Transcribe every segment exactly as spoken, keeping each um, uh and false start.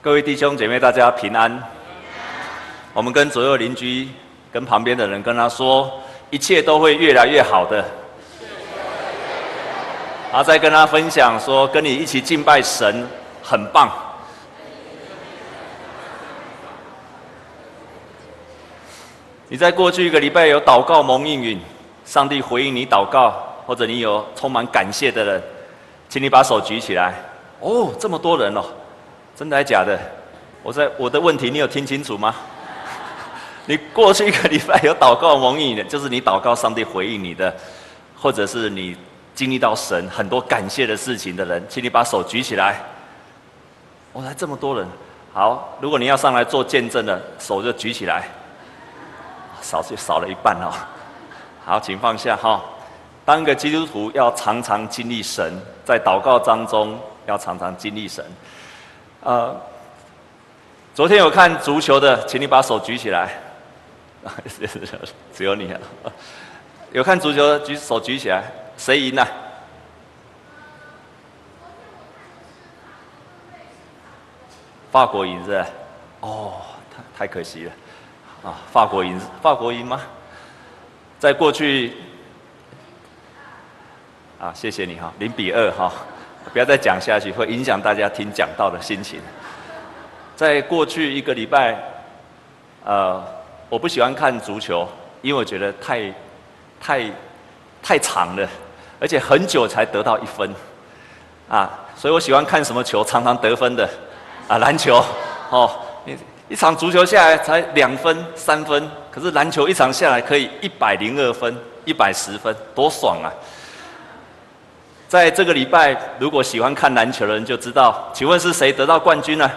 各位弟兄姐妹，大家平安。我们跟左右邻居、跟旁边的人跟他说，一切都会越来越好的。然后再跟他分享说，跟你一起敬拜神很棒。你在过去一个礼拜有祷告蒙应允，上帝回应你祷告，或者你有充满感谢的人，请你把手举起来。哦，这么多人哦，真的还假的？我在我的问题，你有听清楚吗？你过去一个礼拜有祷告蒙应允，就是你祷告上帝回应你的，或者是你经历到神很多感谢的事情的人，请你把手举起来。哦，还这么多人。好，如果你要上来做见证的，手就举起来。少就少了一半哦。好，请放下哈。当一个基督徒要常常经历神，在祷告当中要常常经历神。呃，昨天有看足球的，请你把手举起来。只有你啊。有看足球的举手举起来，谁赢啊？法国赢是不是？哦，太太可惜了。啊，法国赢，法国赢吗？在过去，啊，谢谢你哈，零比二哈，不要再讲下去，会影响大家听讲道的心情。在过去一个礼拜，呃，我不喜欢看足球，因为我觉得太、太、太长了，而且很久才得到一分，啊，所以我喜欢看什么球常常得分的，啊，篮球，哦。一场足球下来才两分、三分，可是篮球一场下来可以一百零二分、一百十分，多爽啊！在这个礼拜，如果喜欢看篮球的人就知道，请问是谁得到冠军呢？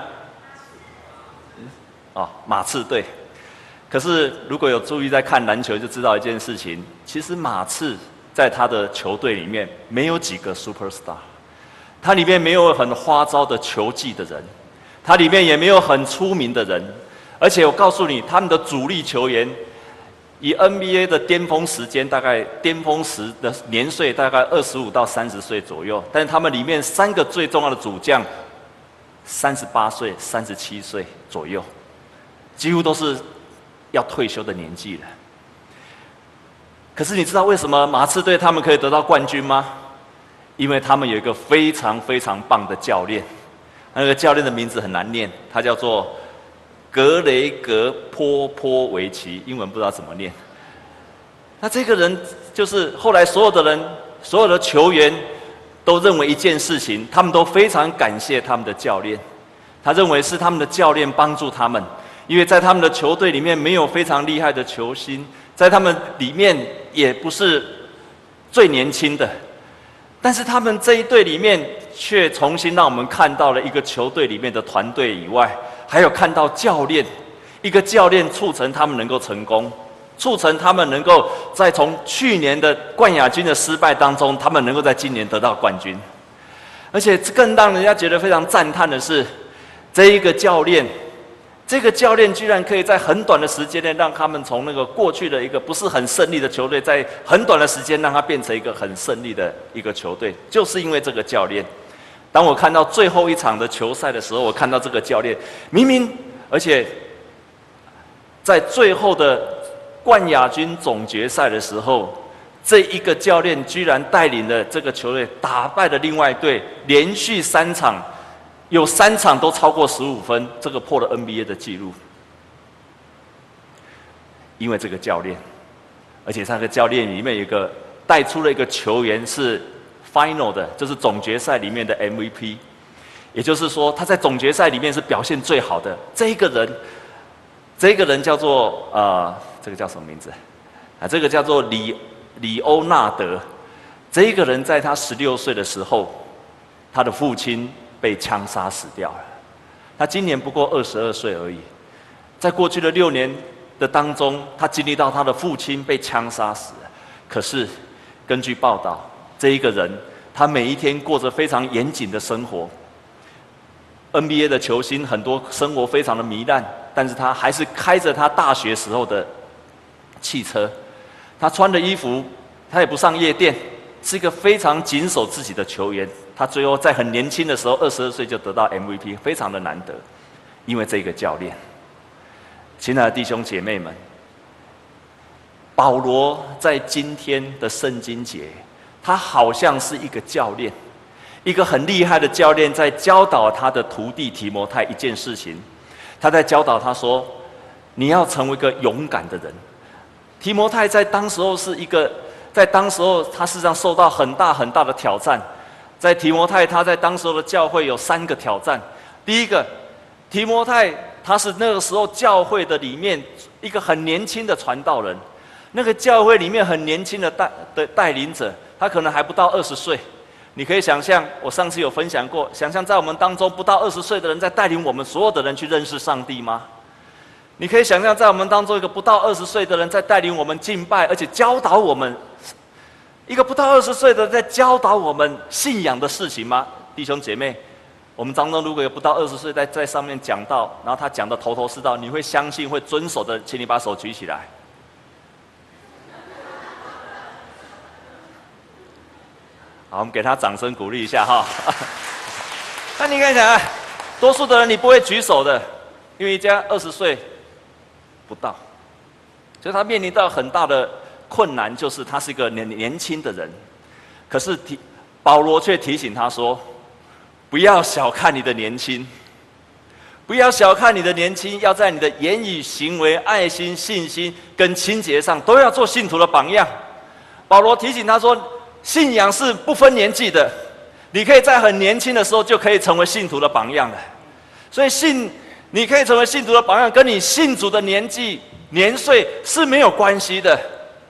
哦，马刺队。可是如果有注意在看篮球，就知道一件事情：其实马刺在他的球队里面没有几个 superstar， 他里面没有很花招的球技的人。它里面也没有很出名的人，而且我告诉你，他们的主力球员，以 N B A 的巅峰时间，大概巅峰时的年岁大概二十五到三十岁左右，但是他们里面三个最重要的主将，三十八岁、三十七岁左右，几乎都是要退休的年纪了。可是你知道为什么马刺队他们可以得到冠军吗？因为他们有一个非常非常棒的教练。那个教练的名字很难念，他叫做格雷格波波维奇，英文不知道怎么念。那这个人就是后来所有的人、所有的球员都认为一件事情，他们都非常感谢他们的教练。他认为是他们的教练帮助他们，因为在他们的球队里面没有非常厉害的球星，在他们里面也不是最年轻的，但是他们这一队里面。却重新让我们看到了一个球队里面的团队以外，还有看到教练，一个教练促成他们能够成功，促成他们能够在从去年的冠亚军的失败当中，他们能够在今年得到冠军。而且更让人家觉得非常赞叹的是，这一个教练，这个教练居然可以在很短的时间内，让他们从那个过去的一个不是很胜利的球队，在很短的时间让他变成一个很胜利的一个球队，就是因为这个教练。当我看到最后一场的球赛的时候，我看到这个教练明明，而且在最后的冠亚军总决赛的时候，这一个教练居然带领了这个球队打败了另外一队，连续三场有三场都超过十五分，这个破了 N B A 的纪录。因为这个教练，而且这个教练里面有一个带出了一个球员是。Final 的，就是总决赛里面的 M V P， 也就是说他在总决赛里面是表现最好的这一个人，这个人叫做呃，这个叫什么名字？啊，这个叫做里里欧纳德。这一个人在他十六岁的时候，他的父亲被枪杀死掉了。他今年不过二十二岁而已，在过去的六年的当中，他经历到他的父亲被枪杀死了。可是根据报道。这一个人，他每一天过着非常严谨的生活。N B A 的球星很多生活非常的糜烂，但是他还是开着他大学时候的汽车。他穿的衣服，他也不上夜店，是一个非常谨守自己的球员。他最后在很年轻的时候，二十二岁就得到 M V P， 非常的难得。 因为这个教练。亲爱的弟兄姐妹们，保罗在今天的圣经节，他好像是一个教练，一个很厉害的教练，在教导他的徒弟提摩太一件事情。他在教导他说：你要成为一个勇敢的人。提摩太在当时候是一个，在当时候他事实上受到很大很大的挑战。在提摩太，他在当时候的教会有三个挑战。第一个，提摩太他是那个时候教会的里面一个很年轻的传道人，那个教会里面很年轻的带的带领者，他可能还不到二十岁。你可以想象，我上次有分享过，想象在我们当中不到二十岁的人在带领我们所有的人去认识上帝吗？你可以想象在我们当中一个不到二十岁的人在带领我们敬拜，而且教导我们。一个不到二十岁的人在教导我们信仰的事情吗？弟兄姐妹，我们当中如果有不到二十岁在在上面讲道，然后他讲的头头是道，你会相信会遵守的，请你把手举起来。好，我们给他掌声鼓励一下哈。那你看想，多数的人你不会举手的，因为家二十岁不到，所以他面临到很大的困难，就是他是一个年年轻的人。可是提保罗却提醒他说：不要小看你的年轻，不要小看你的年轻，要在你的言语、行为、爱心、信心跟清洁上，都要做信徒的榜样。保罗提醒他说，信仰是不分年纪的，你可以在很年轻的时候就可以成为信徒的榜样了。所以信，你可以成为信徒的榜样，跟你信主的年纪、年岁是没有关系的。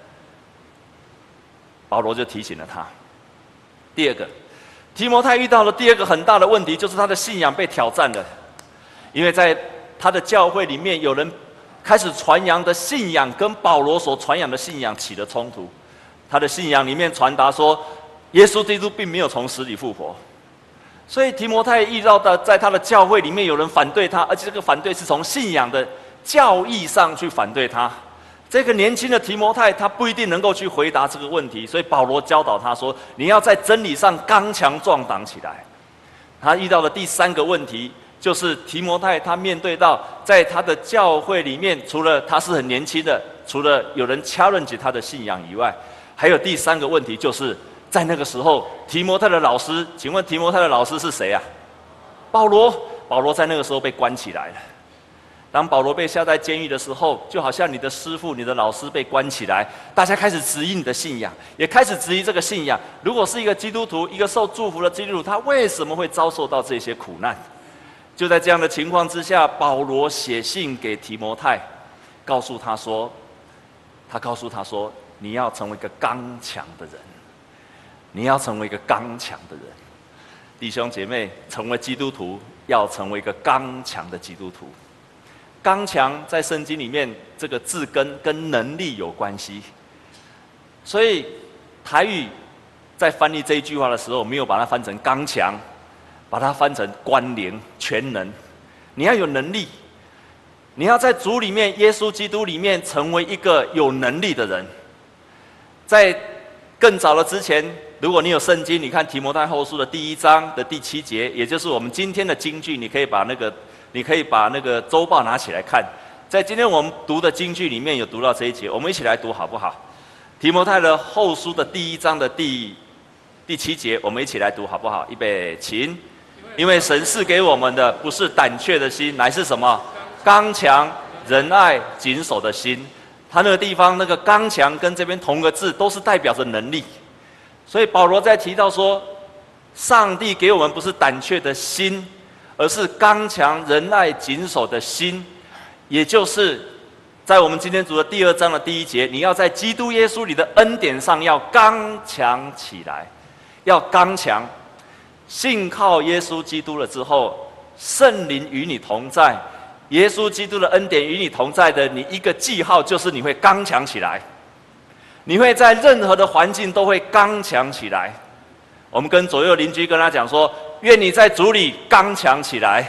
保罗就提醒了他。第二个，提摩太遇到了第二个很大的问题，就是他的信仰被挑战了。因为在他的教会里面，有人开始传扬的信仰跟保罗所传扬的信仰起了冲突。他的信仰里面传达说，耶稣基督并没有从死里复活。所以提摩太遇到的，在他的教会里面有人反对他，而且这个反对是从信仰的教义上去反对他。这个年轻的提摩太，他不一定能够去回答这个问题，所以保罗教导他说：你要在真理上刚强壮胆起来。他遇到的第三个问题，就是提摩太他面对到在他的教会里面，除了他是很年轻的，除了有人challenge他的信仰以外，还有第三个问题，就是在那个时候，提摩太的老师，请问提摩太的老师是谁啊？保罗。保罗在那个时候被关起来了。当保罗被下在监狱的时候，就好像你的师父、你的老师被关起来，大家开始质疑你的信仰，也开始质疑这个信仰。如果是一个基督徒，一个受祝福的基督徒，他为什么会遭受到这些苦难？就在这样的情况之下，保罗写信给提摩太，告诉他说，他告诉他说，你要成为一个刚强的人，你要成为一个刚强的人。弟兄姐妹，成为基督徒要成为一个刚强的基督徒。刚强在圣经里面这个字根跟能力有关系，所以台语在翻译这一句话的时候，没有把它翻成刚强，把它翻成关联全能。你要有能力，你要在主里面，耶稣基督里面成为一个有能力的人。在更早的之前，如果你有圣经，你看提摩太后书的第一章的第七节，也就是我们今天的金句，你可以把那个你可以把那个周报拿起来看。在今天我们读的金句里面有读到这一节，我们一起来读好不好？提摩太的后书的第一章的第第七节，我们一起来读好不好？预备，请。因为神赐给我们的不是胆怯的心，乃是什么？刚强、仁爱、谨守的心。他那个地方那个刚强跟这边同个字，都是代表着能力。所以保罗在提到说，上帝给我们不是胆怯的心，而是刚强、仁爱、谨守的心。也就是在我们今天读的第二章的第一节，你要在基督耶稣里的恩典上要刚强起来，要刚强。信靠耶稣基督了之后，圣灵与你同在，耶稣基督的恩典与你同在的，你一个记号就是你会刚强起来，你会在任何的环境都会刚强起来。我们跟左右邻居跟他讲说，愿你在主里刚强起来。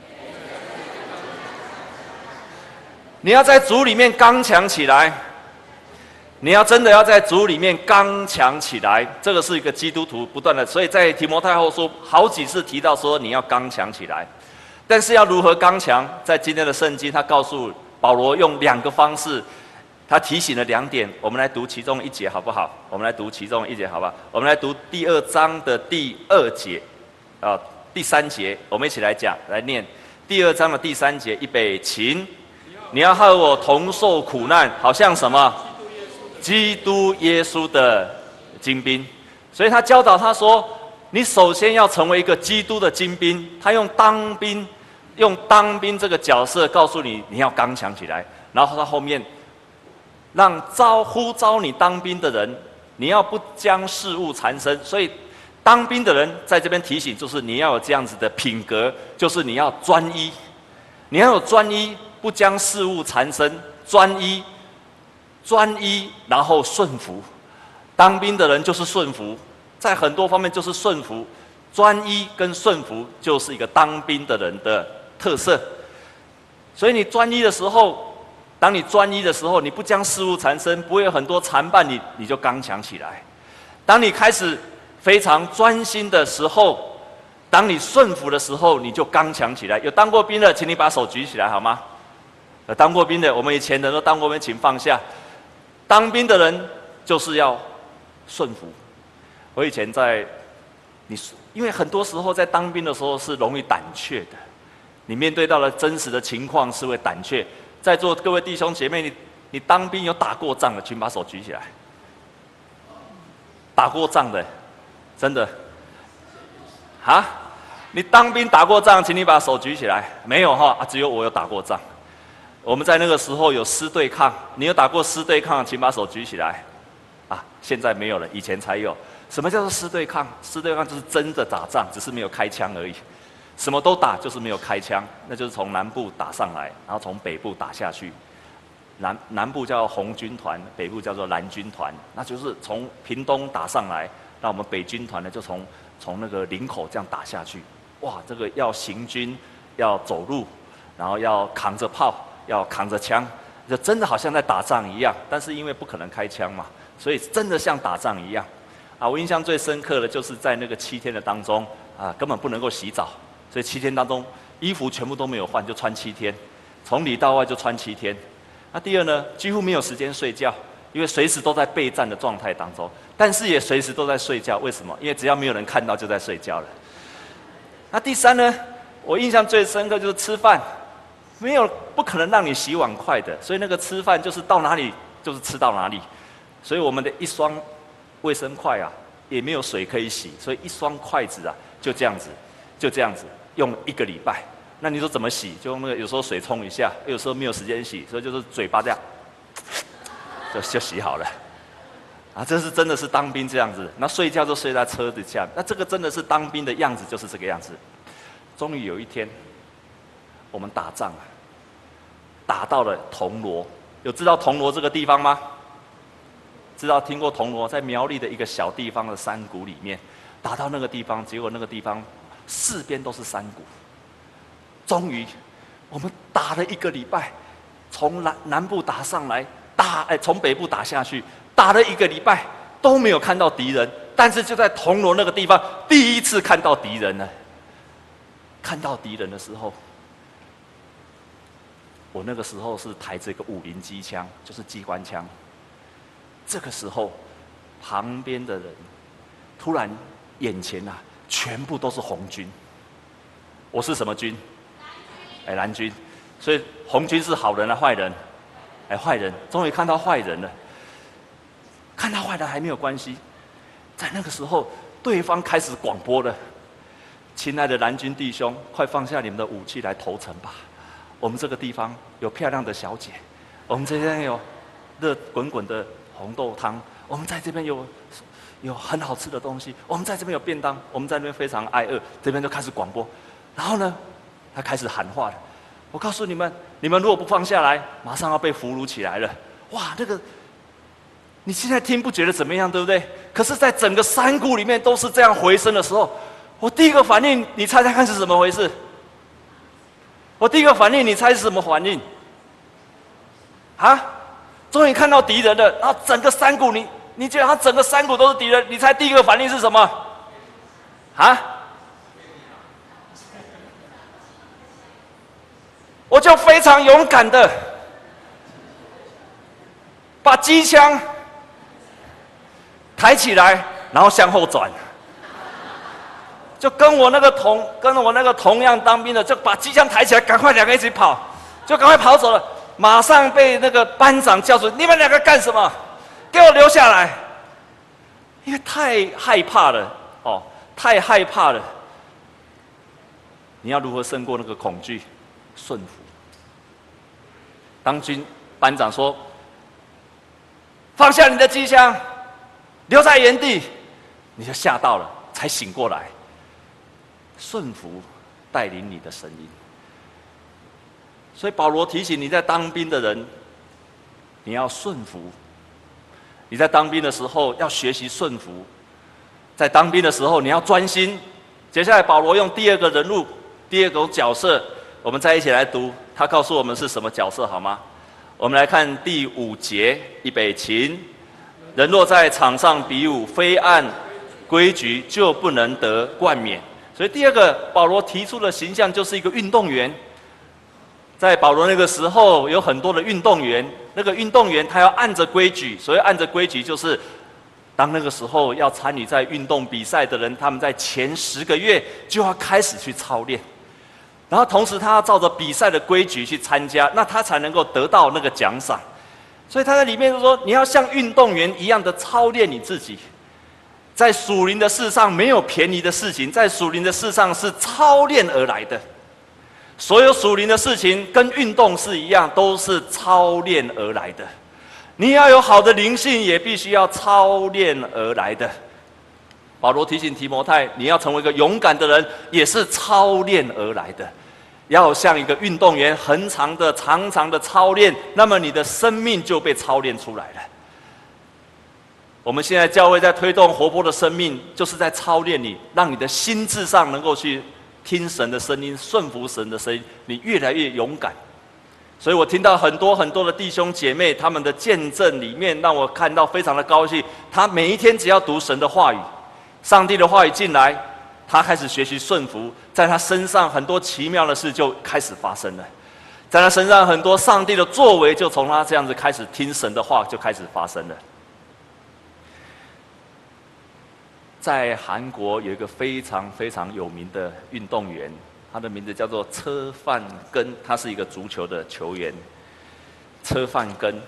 你要在主里面刚强起来，你要真的要在主里面刚强起来，这个是一个基督徒不断的，所以在提摩太后书好几次提到说你要刚强起来。 但是要如何刚强，在今天的圣经，他告诉保罗用两个方式，他提醒了两点，我们来读其中一节好不好？我们来读其中一节好不好？我们来读第二章的第二节，啊，第三节，我们一起来讲，来念第二章的第三节，预备，请。你要和我同受苦难，好像什么？基督耶稣的精兵。所以他教导他说，你首先要成为一个基督的精兵。他用当兵，用当兵这个角色告诉你，你要刚强起来。然后他后面让招呼召你当兵的人，你要不将事物缠身。所以当兵的人在这边提醒，就是你要有这样子的品格，就是你要专一，你要有专一。不将事物缠身，专一，专一，然后顺服。当兵的人就是顺服，在很多方面就是顺服。专一跟顺服就是一个当兵的人的特色。所以你专一的时候，当你专一的时候，你不将事物缠身，不会有很多缠绊你，你就刚强起来。当你开始非常专心的时候，当你顺服的时候，你就刚强起来。有当过兵的，请你把手举起来好吗？有当过兵的，我们以前的人都当过兵，请放下。当兵的人就是要顺服。我以前在你，因为很多时候在当兵的时候是容易胆怯的，你面对到了真实的情况是会胆怯。在座各位弟兄姐妹，你你当兵有打过仗的，请把手举起来。打过仗的，真的，啊？你当兵打过仗，请你把手举起来。没有哈、啊，只有我有打过仗。我们在那个时候有师对抗，你有打过师对抗，请把手举起来。啊，现在没有了，以前才有。什么叫做师对抗？师对抗就是真的打仗，只是没有开枪而已。什么都打，就是没有开枪，那就是从南部打上来，然后从北部打下去。南南部叫红军团，北部叫做蓝军团，那就是从屏东打上来。那我们北军团呢，就从从那个林口这样打下去。哇，这个要行军，要走路，然后要扛着炮。要扛着枪，就真的好像在打仗一样，但是因为不可能开枪嘛，所以真的像打仗一样。啊，我印象最深刻的就是在那个七天的当中，啊，根本不能够洗澡，所以七天当中衣服全部都没有换，就穿七天，从里到外就穿七天。那第二呢，几乎没有时间睡觉，因为随时都在备战的状态当中，但是也随时都在睡觉。为什么？因为只要没有人看到，就在睡觉了。那第三呢，我印象最深刻就是吃饭。没有不可能让你洗碗筷的，所以那个吃饭就是到哪里就是吃到哪里，所以我们的一双卫生筷啊也没有水可以洗，所以一双筷子啊就这样子，就这样子用一个礼拜。那你说怎么洗？就用那个有时候水冲一下，有时候没有时间洗，所以就是嘴巴这样就就洗好了。啊，这是真的是当兵这样子，那睡觉就睡在车子下，那这个真的是当兵的样子，就是这个样子。终于有一天，我们打仗啊。打到了铜锣，有知道铜锣这个地方吗？知道听过铜锣，在苗栗的一个小地方的山谷里面，打到那个地方，结果那个地方四边都是山谷。终于，我们打了一个礼拜，从南南部打上来，打哎从北部打下去，打了一个礼拜都没有看到敌人，但是就在铜锣那个地方，第一次看到敌人了。看到敌人的时候。我那个时候是抬着一个五零机枪，就是机关枪。这个时候，旁边的人突然眼前啊，全部都是红军。我是什么军？哎，蓝军。所以红军是好人啊，坏人？哎，坏人。终于看到坏人了。看到坏人还没有关系，在那个时候，对方开始广播了：“亲爱的蓝军弟兄，快放下你们的武器来投诚吧。”我们这个地方有漂亮的小姐，我们这边有热滚滚的红豆汤，我们在这边有有很好吃的东西，我们在这边有便当，我们在那边非常挨饿，这边就开始广播，然后呢，他开始喊话了。我告诉你们，你们如果不放下来，马上要被俘虏起来了。哇，那个你现在听不觉得怎么样，对不对？可是，在整个山谷里面都是这样回声的时候，我第一个反应，你猜猜看是怎么回事？我第一个反应，你猜是什么反应？啊！终于看到敌人了，然后整个山谷，你你觉得他整个山谷都是敌人，你猜第一个反应是什么？啊？ 就非常勇敢的把机枪抬起来，然后向后转，就跟我那个同跟我那个同样当兵的，就把机枪抬起来，赶快两个一起跑，就赶快跑走了。马上被那个班长叫住：“你们两个干什么？给我留下来！”因为太害怕了哦，太害怕了。你要如何胜过那个恐惧？顺服。当军班长说：“放下你的机枪，留在原地。”你就吓到了，才醒过来。顺服带领你的声音。所以保罗提醒你在当兵的人，你要顺服。你在当兵的时候要学习顺服，在当兵的时候你要专心。接下来保罗用第二个人物、第二种角色，我们再一起来读。他告诉我们是什么角色，好吗？我们来看第五节：预备琴，人若在场上比武，非按规矩，就不能得冠冕。所以第二个保罗提出的形象就是一个运动员。在保罗那个时候，有很多的运动员，那个运动员他要按着规矩，所谓按着规矩，就是当那个时候要参与在运动比赛的人，他们在前十个月就要开始去操练，然后同时他要照着比赛的规矩去参加，那他才能够得到那个奖赏。所以他在里面就说，你要像运动员一样的操练你自己。在属灵的事上没有便宜的事情，在属灵的事上是操练而来的。所有属灵的事情跟运动是一样，都是操练而来的。你要有好的灵性，也必须要操练而来的。保罗提醒提摩太，你要成为一个勇敢的人，也是操练而来的。要像一个运动员，恒常的、常常的操练，那么你的生命就被操练出来了。我们现在教会在推动活泼的生命，就是在操练你，让你的心智上能够去听神的声音，顺服神的声音，你越来越勇敢。所以我听到很多很多的弟兄姐妹他们的见证里面，让我看到非常的高兴。他每一天只要读神的话语，上帝的话语进来，他开始学习顺服，在他身上很多奇妙的事就开始发生了，在他身上很多上帝的作为就从他这样子开始听神的话就开始发生了。在韩国有一个非常非常有名的运动员，他的名字叫做车范根，他是一个足球的球员。车范根，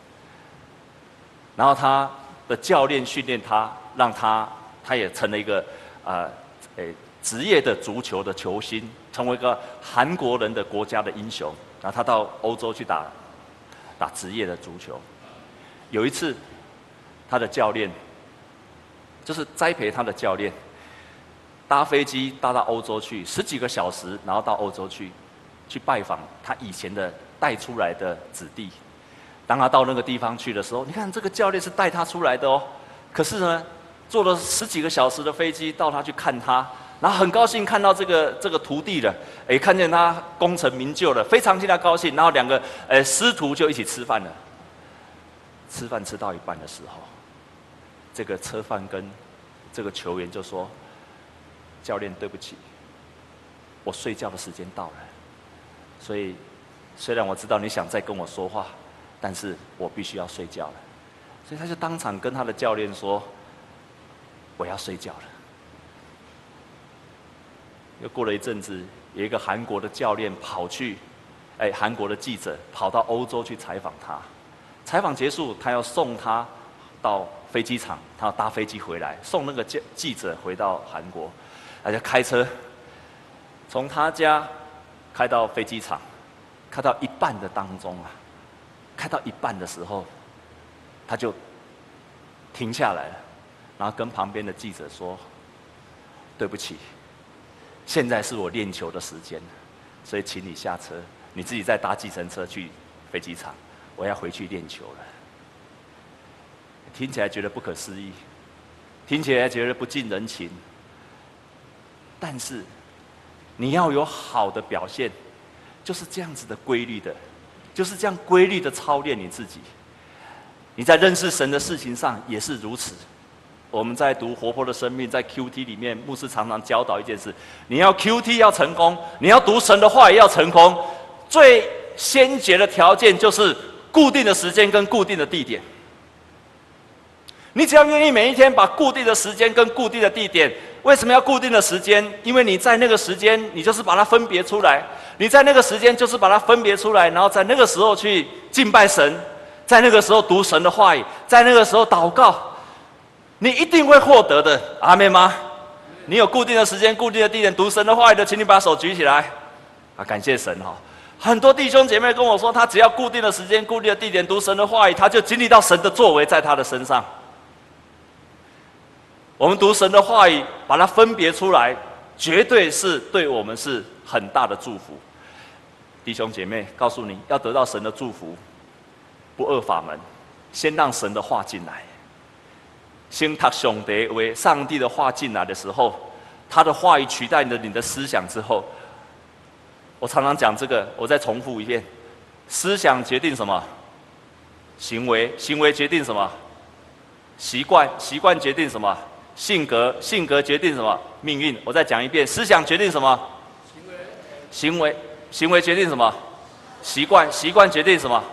然后他的教练训练他，让他他也成了一个呃诶职业的足球的球星，成为一个韩国人的国家的英雄。然后他到欧洲去打打职业的足球。有一次，他的教练。就是栽培他的教练，搭飞机搭到欧洲去，十几个小时，然后到欧洲去，去拜访他以前的带出来的子弟。当他到那个地方去的时候，你看这个教练是带他出来的哦，可是呢，坐了十几个小时的飞机到他去看他，然后很高兴看到这个这个徒弟了，哎，看见他功成名就了，非常替他高兴。然后两个呃师徒就一起吃饭了，吃饭吃到一半的时候。这个车范跟这个球员就说：“教练，对不起，我睡觉的时间到了。所以，虽然我知道你想再跟我说话，但是我必须要睡觉了。”所以他就当场跟他的教练说：“我要睡觉了。”又过了一阵子，有一个韩国的教练跑去，哎，韩国的记者跑到欧洲去采访他。采访结束，他要送他到飞机场，他要搭飞机回来，送那个记者回到韩国，他就开车从他家开到飞机场，开到一半的当中啊，开到一半的时候，他就停下来了，然后跟旁边的记者说：“对不起，现在是我练球的时间，所以请你下车，你自己再搭计程车去飞机场，我要回去练球了。”听起来觉得不可思议，听起来觉得不近人情。但是，你要有好的表现，就是这样子的规律的，就是这样规律的操练你自己。你在认识神的事情上也是如此。我们在读《活泼的生命》在 Q T 里面，牧师常常教导一件事：你要 Q T 要成功，你要读神的话也要成功。 最先决的条件就是固定的时间跟固定的地点。你只要愿意每一天把固定的时间跟固定的地点，为什么要固定的时间？因为你在那个时间，你就是把它分别出来；你在那个时间就是把它分别出来，然后在那个时候去敬拜神，在那个时候读神的话语，在那个时候祷告，你一定会获得的。阿们吗？你有固定的时间、固定的地点读神的话语的，请你把手举起来。啊，感谢神哈！很多弟兄姐妹跟我说，他只要固定的时间、固定的地点读神的话语，他就经历到神的作为在他的身上。我们读神的话语，把它分别出来，绝对是对我们是很大的祝福。弟兄姐妹，告诉你要得到神的祝福，不二法门，先让神的话进来，先读上帝为上帝的话进来的时候，他的话语取代了你的思想之后，我常常讲这个，我再重复一遍：思想决定什么？行为，行为决定什么？习惯，习惯决定什么？性格，性格决定什么？命运。我再讲一遍：思想决定什么？行为，行为，行为决定什么？习惯，习惯决定什么？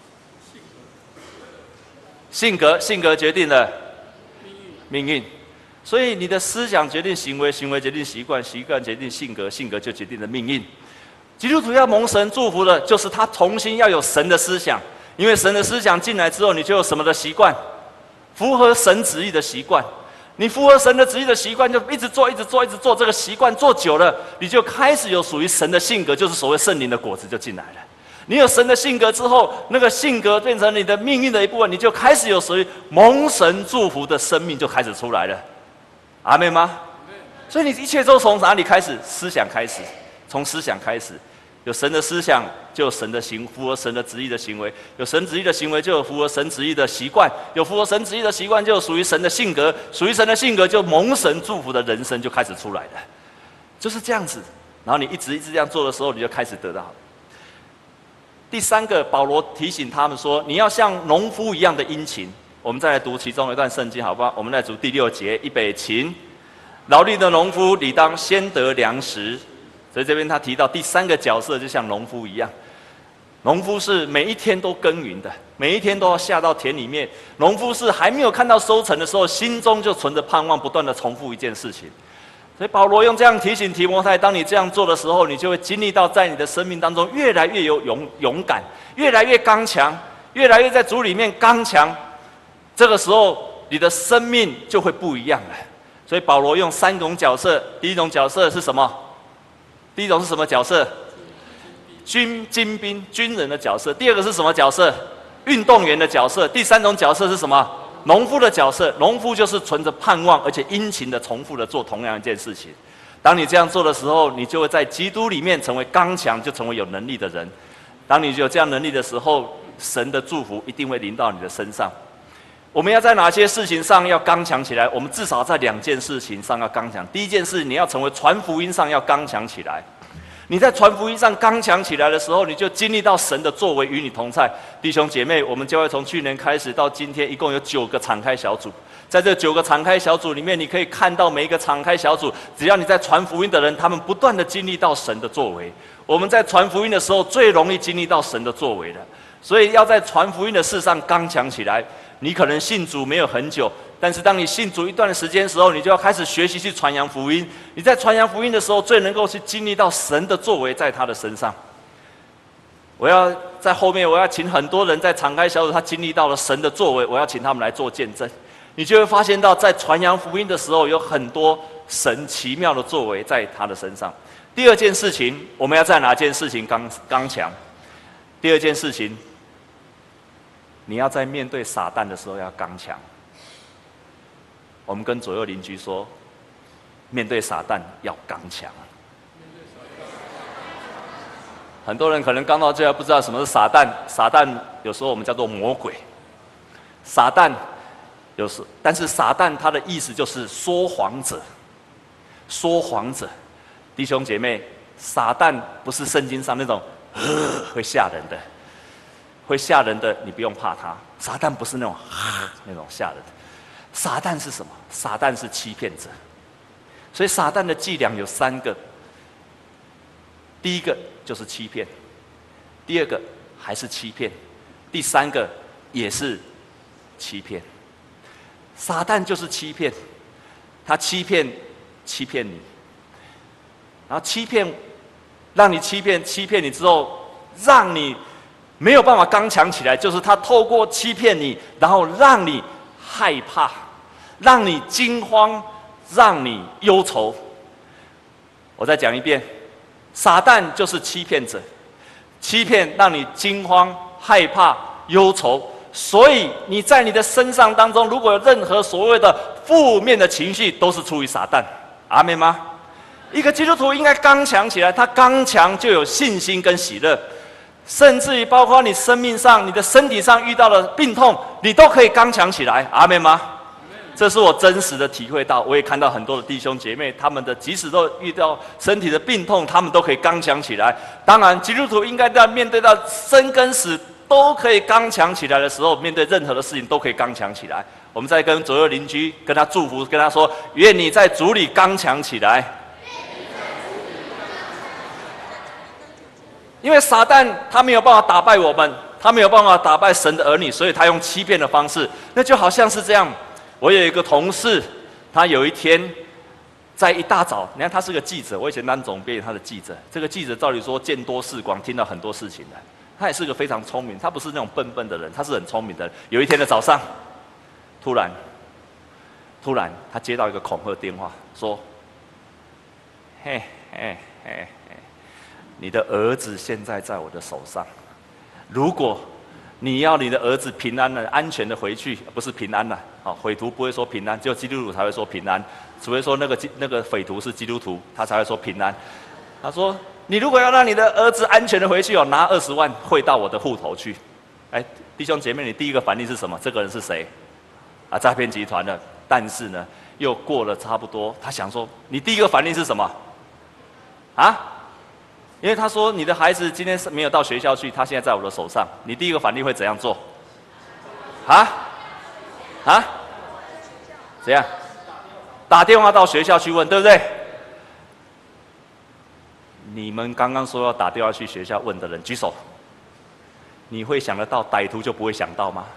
性格，性格决定了命运。所以你的思想决定行为，行为决定习惯，习惯决定性格，性格就决定了命运。基督徒要蒙神祝福的，就是他重新要有神的思想，因为神的思想进来之后，你就有什么的习惯？符合神旨意的习惯。你符合神的旨意的习惯，就一直做，一直做，一直做。这个习惯做久了，你就开始有属于神的性格，就是所谓圣灵的果子就进来了。你有神的性格之后，那个性格变成你的命运的一部分，你就开始有属于蒙神祝福的生命就开始出来了。阿们吗？所以你一切都从哪里开始？思想开始，从思想开始。有神的思想，就有神的行，符合神的旨意的行为；有神旨意的行为，就有符合神旨意的习惯；有符合神旨意的习惯，就有属于神的性格；属于神的性格，就蒙神祝福的人生就开始出来了。就是这样子。然后你一直一直这样做的时候，你就开始得到。第三个，保罗提醒他们说：你要像农夫一样的殷勤。我们再来读其中一段圣经，好不好？我们来读第六节：预备勤，劳力的农夫理当先得粮食。所以这边他提到第三个角色，就像农夫一样。农夫是每一天都耕耘的，每一天都要下到田里面。农夫是还没有看到收成的时候，心中就存着盼望，不断的重复一件事情。所以保罗用这样提醒提摩太：当你这样做的时候，你就会经历到在你的生命当中越来越有勇勇敢，越来越刚强，越来越在主里面刚强。这个时候，你的生命就会不一样了。所以保罗用三种角色，第一种角色是什么？第一种是什么角色？军精兵军人的角色。第二个是什么角色？运动员的角色。第三种角色是什么？农夫的角色。农夫就是存着盼望，而且殷勤的重复的做同样一件事情。当你这样做的时候，你就会在基督里面成为刚强，就成为有能力的人。当你有这样能力的时候，神的祝福一定会临到你的身上。我们要在哪些事情上要刚强起来？我们至少在两件事情上要刚强。第一件事，你要成为传福音上要刚强起来。你在传福音上刚强起来的时候，你就经历到神的作为与你同在。弟兄姐妹，我们教会从去年开始到今天，一共有九个敞开小组。在这九个敞开小组里面，你可以看到每一个敞开小组，只要你在传福音的人，他们不断的经历到神的作为。我们在传福音的时候，最容易经历到神的作为了。所以要在传福音的事上刚强起来。你可能信主没有很久，但是当你信主一段时间的时候，你就要开始学习去传扬福音。你在传扬福音的时候，最能够去经历到神的作为在他的身上。我要在后面，我要请很多人在敞开小组，他经历到了神的作为，我要请他们来做见证。你就会发现到，在传扬福音的时候，有很多神奇妙的作为在他的身上。第二件事情，我们要在哪件事情刚刚强？第二件事情，你要在面对撒旦的时候要刚强。我们跟左右邻居说，面对撒旦要刚强。很多人可能刚到这还不知道什么是撒旦，撒旦有时候我们叫做魔鬼。撒旦有时，但是撒旦它的意思就是说谎者，说谎者。弟兄姐妹，撒旦不是圣经上那种呵会吓人的。会吓人的，你不用怕他。撒旦不是那种啊那种吓人的，撒旦是什么？撒旦是欺骗者。所以撒旦的伎俩有三个。第一个就是欺骗， 第二个还是欺骗，第三个也是欺骗。撒旦就是欺骗，他欺骗欺骗你，然后欺骗，让你欺骗欺骗你之后，让你没有办法刚强起来，就是他透过欺骗你，然后让你害怕，让你惊慌，让你忧愁。我再讲一遍，撒旦就是欺骗者，欺骗让你惊慌、害怕、忧愁。所以你在你的身上当中，如果有任何所谓的负面的情绪，都是出于撒旦。阿们吗？一个基督徒应该刚强起来，他刚强就有信心跟喜乐，甚至于包括你生命上、你的身体上遇到的病痛，你都可以刚强起来。阿们吗？这是我真实的体会到，我也看到很多的弟兄姐妹，他们的即使都遇到身体的病痛，他们都可以刚强起来。当然，基督徒应该在面对到生跟死都可以刚强起来的时候，面对任何的事情都可以刚强起来。我们再跟左右邻居跟他祝福，跟他说：愿你在主里刚强起来。因为撒旦他没有办法打败我们，他没有办法打败神的儿女，所以他用欺骗的方式。那就好像是这样。我有一个同事，他有一天在一大早，你看他是个记者，我以前当总编，他的记者。这个记者照理说见多识广，听到很多事情的。他也是个非常聪明，他不是那种笨笨的人，他是很聪明的人。有一天的早上，突然，突然他接到一个恐吓电话，说：“嘿嘿嘿嘿，你的儿子现在在我的手上，如果你要你的儿子平安的、安全的回去，不是平安了，好，匪徒不会说平安，只有基督徒才会说平安，除非说那个那个匪徒是基督徒，他才会说平安。”他说：“你如果要让你的儿子安全的回去哦，拿二十万汇到我的户头去。”哎，弟兄姐妹，你第一个反应是什么？这个人是谁？啊，诈骗集团的。但是呢，又过了差不多，他想说，你第一个反应是什么？啊？因为他说你的孩子今天是没有到学校去，他现在在我的手上，你第一个反应会怎样做？啊？啊？怎样？打电话到学校去问，对不对？你们刚刚说要打电话去学校问的人举手。你会想得到，歹徒就不会想到吗？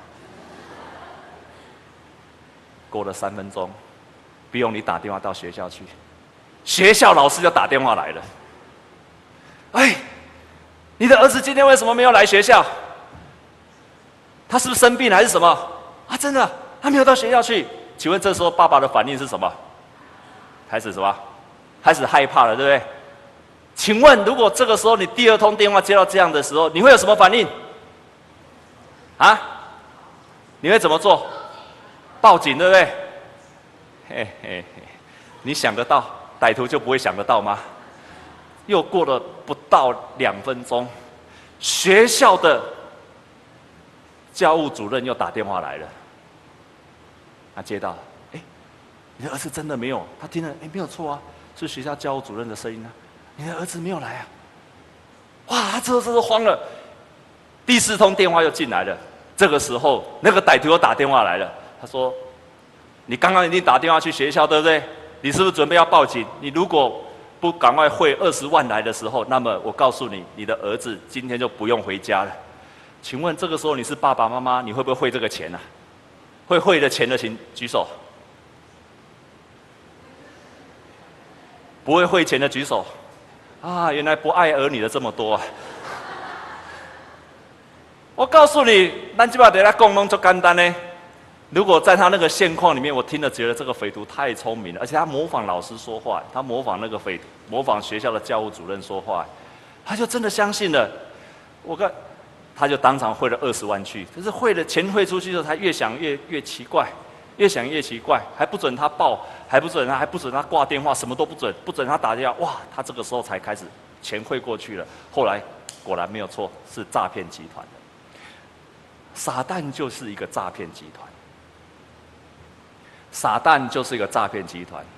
过了三分钟，不用你打电话到学校去，学校老师就打电话来了。哎，你的儿子今天为什么没有来学校？他是不是生病还是什么？啊，真的，他没有到学校去。请问这时候爸爸的反应是什么？开始什么？开始害怕了，对不对？请问，如果这个时候你第二通电话接到这样的时候，你会有什么反应？啊？你会怎么做？报警，对不对？嘿嘿嘿，你想得到，歹徒就不会想得到吗？又过了不到两分钟，学校的教务主任又打电话来了。他接到了，哎，你的儿子真的没有？他听了，哎，没有错啊，是学校教务主任的声音啊。你的儿子没有来啊？哇，他这这是慌了。第四通电话又进来了，这个时候那个歹徒又打电话来了。他说：“你刚刚一定打电话去学校，对不对？你是不是准备要报警？你如果不赶快汇二十万来的时候，那么我告诉你，你的儿子今天就不用回家了。请问这个时候你是爸爸妈妈，你会不会汇这个钱啊？会汇的钱的请举手。不会汇钱的举手。啊，原来不爱儿女的这么多啊！我告诉你，咱这把在他共弄就简单呢。如果在他那个现况里面，我听了觉得这个匪徒太聪明了，而且他模仿老师说话，他模仿那个匪，模仿学校的教务主任说话，他就真的相信了。我看，他就当场汇了二十万去。可是汇了钱汇出去之后，他越想越越奇怪，越想越奇怪，还不准他报，还不准他，还不准他挂电话，什么都不准，不准他打电话。哇，他这个时候才开始钱汇过去了。后来果然没有错，是诈骗集团的。撒旦就是一个诈骗集团。撒旦就是一个诈骗集团，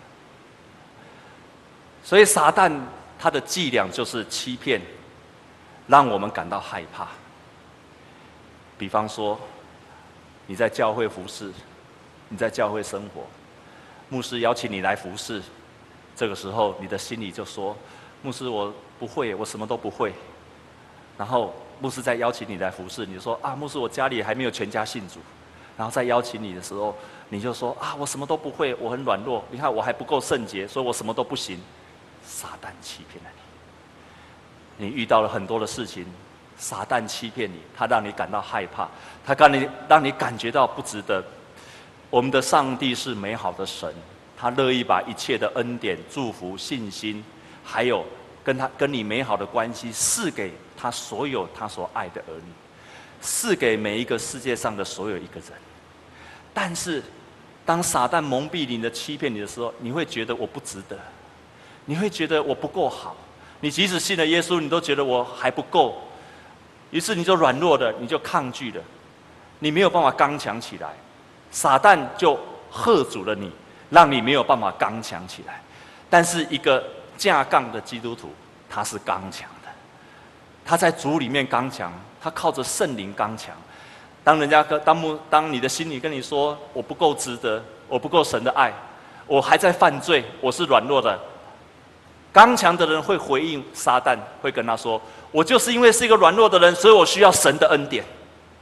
所以撒旦他的伎俩就是欺骗，让我们感到害怕。比方说，你在教会服侍，你在教会生活，牧师邀请你来服侍，这个时候你的心里就说：“牧师，我不会，我什么都不会。”然后牧师在邀请你来服侍，你就说啊，牧师我家里还没有全家信主，然后再邀请你的时候，你就说啊，我什么都不会，我很软弱，你看我还不够圣洁，所以我什么都不行。撒旦欺骗了你，你遇到了很多的事情，撒旦欺骗你，他让你感到害怕，他让你让你感觉到不值得。我们的上帝是美好的神，他乐意把一切的恩典、祝福、信心，还有跟他跟你美好的关系，赐给他所有他所爱的儿女，赐给每一个世界上的所有一个人。但是，当撒旦蒙蔽你的、欺骗你的时候，你会觉得我不值得。你会觉得我不够好，你即使信了耶稣，你都觉得我还不够，于是你就软弱了，你就抗拒了，你没有办法刚强起来，撒旦就吓阻了你，让你没有办法刚强起来。但是一个架杠的基督徒，他是刚强的，他在主里面刚强，他靠着圣灵刚强。当人家当当当你的心里跟你说我不够值得，我不够神的爱，我还在犯罪，我是软弱的。刚强的人会回应撒旦，会跟他说：“我就是因为是一个软弱的人，所以我需要神的恩典。”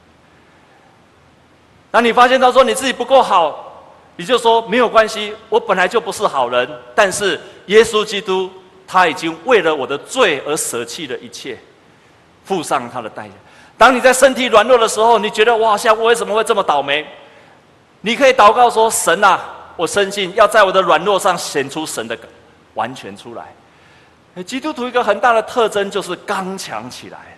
当你发现到说你自己不够好，你就说没有关系，我本来就不是好人，但是耶稣基督他已经为了我的罪而舍弃了一切，付上他的代价。当你在身体软弱的时候，你觉得哇，现在我为什么会这么倒霉？你可以祷告说：“神啊，我深信要在我的软弱上显出神的完全出来。”基督徒一个很大的特征就是刚强起来。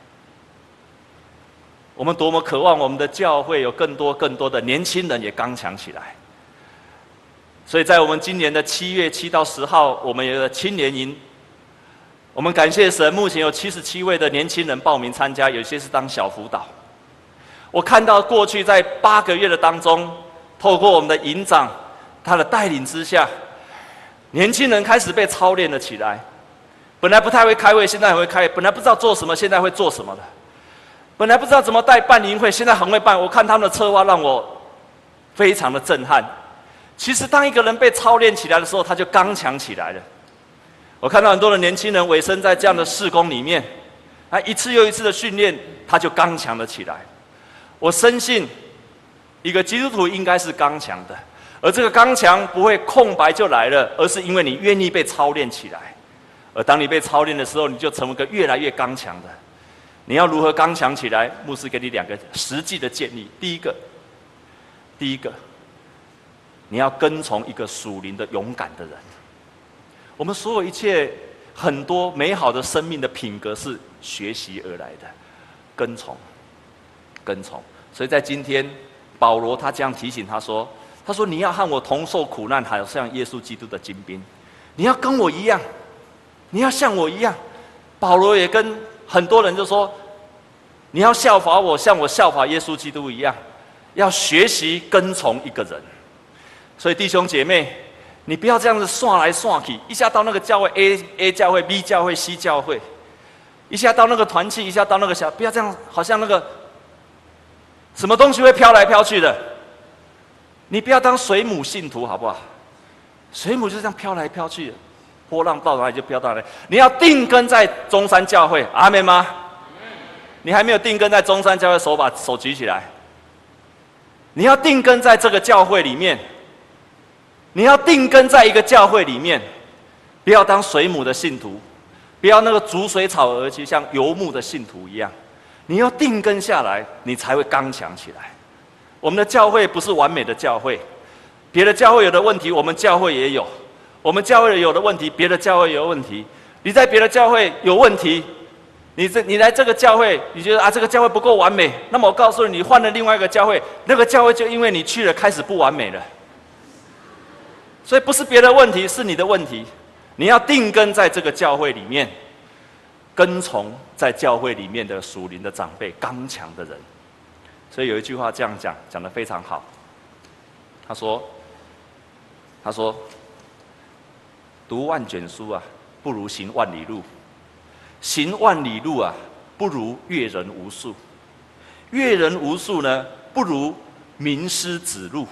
我们多么渴望我们的教会有更多更多的年轻人也刚强起来。所以在我们今年的七月七到十号，我们有个青年营。我们感谢神，目前有七十七位的年轻人报名参加，有些是当小辅导。我看到过去在八个月的当中，透过我们的营长他的带领之下，年轻人开始被操练了起来。本来不太会开会，现在很会开；本来不知道做什么，现在会做什么了；本来不知道怎么带办营会，现在很会办。我看他们的策划让我非常的震撼。其实，当一个人被操练起来的时候，他就刚强起来了。我看到很多的年轻人委身在这样的事工里面，他一次又一次的训练，他就刚强了起来。我深信，一个基督徒应该是刚强的，而这个刚强不会空白就来了，而是因为你愿意被操练起来。而当你被操练的时候，你就成为一个越来越刚强的。你要如何刚强起来？牧师给你两个实际的建议。第一个，第一个，你要跟从一个属灵的勇敢的人。我们所有一切很多美好的生命的品格是学习而来的，跟从，跟从。所以在今天，保罗他这样提醒他说：“他说你要和我同受苦难，好像耶稣基督的精兵，你要跟我一样。”你要像我一样，保罗也跟很多人就说：“你要效法我，像我效法耶稣基督一样，要学习跟从一个人。”所以弟兄姐妹，你不要这样子刷来刷去，一下到那个教会 A A 教会 B 教会 C 教会，一下到那个团契，一下到那个小，不要这样，好像那个什么东西会飘来飘去的。你不要当水母信徒，好不好？水母就这样飘来飘去的。波浪到哪里就飘到哪里。你要定根在中山教会，阿们吗？你还没有定根在中山教会，手把手举起来。你要定根在这个教会里面，你要定根在一个教会里面，不要当水母的信徒，不要那个逐水草而起，像游牧的信徒一样。你要定根下来，你才会刚强起来。我们的教会不是完美的教会，别的教会有的问题，我们教会也有。我们教会有的问题，别的教会有问题。你在别的教会有问题，你这你来这个教会，你觉得啊这个教会不够完美，那么我告诉你，你换了另外一个教会，那个教会就因为你去了开始不完美了。所以不是别的问题，是你的问题。你要定根在这个教会里面，跟从在教会里面的属灵的长辈、刚强的人。所以有一句话这样讲，讲得非常好。他说：“他说。”读万卷书啊，不如行万里路；行万里路啊，不如阅人无数；阅人无数呢，不如名师指路；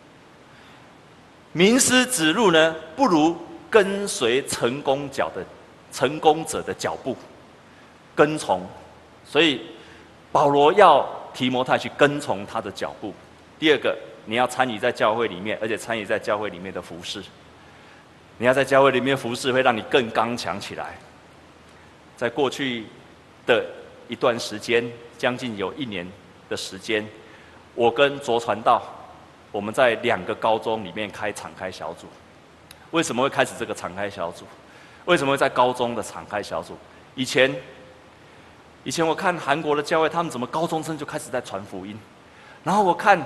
名师指路呢，不如跟随成功脚的成功者的脚步，跟从。所以， 保罗要提摩太去跟从他的脚步。第二个，你要参与在教会里面，而且参与在教会里面的服事。你要在教会里面服事，会让你更刚强起来。在过去的一段时间，将近有一年的时间，我跟卓传道，我们在两个高中里面开敞开小组。为什么会开始这个敞开小组？为什么会在高中的敞开小组？以前，以前我看韩国的教会，他们怎么高中生就开始在传福音？然后我看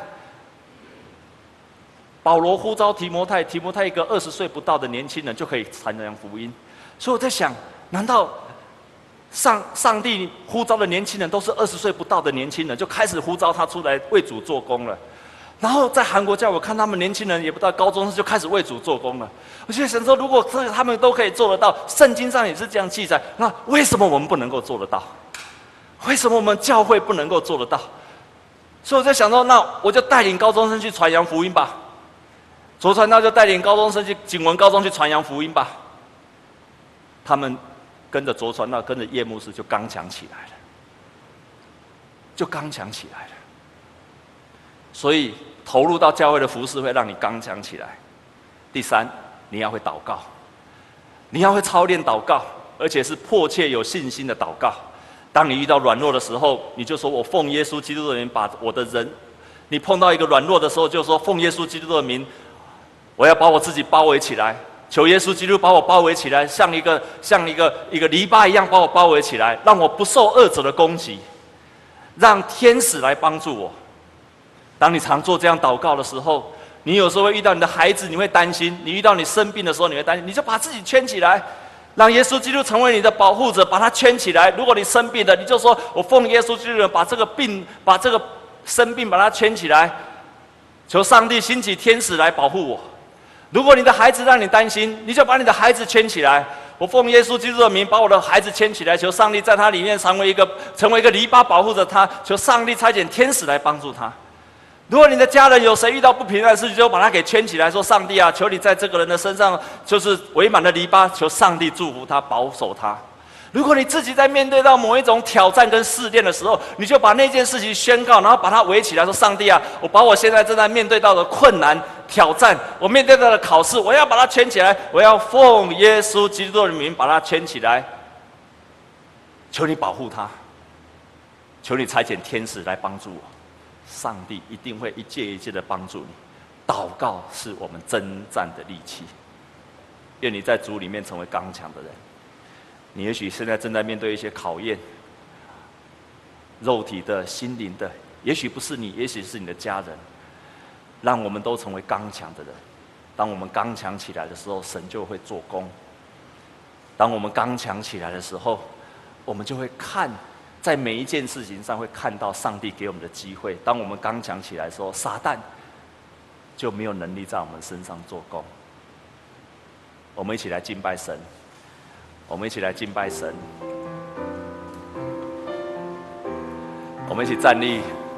保罗呼召提摩太，提摩太一个二十岁不到的年轻人就可以传扬福音。所以我在想，难道上上帝呼召的年轻人都是二十岁不到的年轻人，就开始呼召他出来为主做工了？然后在韩国教，我看他们年轻人也不到高中生就开始为主做工了。我就想说，如果这他们都可以做得到，圣经上也是这样记载，那为什么我们不能够做得到？为什么我们教会不能够做得到？所以我在想说，那我就带领高中生去传扬福音吧。卓传道就带领高中生去景文高中去传扬福音吧。他们跟着卓传道，跟着叶牧师就刚强起来了，就刚强起来了。所以投入到教会的服事会让你刚强起来。第三，你要会祷告，你要会操练祷告，而且是迫切有信心的祷告。当你遇到软弱的时候，你就说：“我奉耶稣基督的名，把我的人。”你碰到一个软弱的时候，就说：“奉耶稣基督的名，我要把我自己包围起来，求耶稣基督把我包围起来，像一个像一个一个篱笆一样把我包围起来，让我不受恶者的攻击，让天使来帮助我。”当你常做这样祷告的时候，你有时候会遇到你的孩子，你会担心；你遇到你生病的时候，你会担心，你就把自己圈起来，让耶稣基督成为你的保护者，把它圈起来。如果你生病了，你就说：“我奉耶稣基督把这个病，把这个生病把它圈起来，求上帝兴起天使来保护我。”如果你的孩子让你担心，你就把你的孩子圈起来。我奉耶稣基督的名，把我的孩子牵起来，求上帝在他里面成为一个成为一个篱笆保护着他，求上帝差遣天使来帮助他。如果你的家人有谁遇到不平安的事情，就把他给圈起来，说：“上帝啊，求你在这个人的身上就是围满了篱笆，求上帝祝福他，保守他。”如果你自己在面对到某一种挑战跟试炼的时候，你就把那件事情宣告，然后把它围起来，说：“上帝啊，我把我现在正在面对到的困难、挑战，我面对到的考试，我要把它圈起来，我要奉耶稣基督的名把它圈起来。求你保护他，求你差遣天使来帮助我。上帝一定会一届一届的帮助你。祷告是我们征战的利器。愿你在主里面成为刚强的人。你也许现在正在面对一些考验，肉体的、心灵的，也许不是你，也许是你的家人。让我们都成为刚强的人。当我们刚强起来的时候，神就会做工。当我们刚强起来的时候，我们就会看，在每一件事情上会看到上帝给我们的机会。当我们刚强起来的时候，撒旦就没有能力在我们身上做工。我们一起来敬拜神，我们一起来敬拜神，我们一起站立。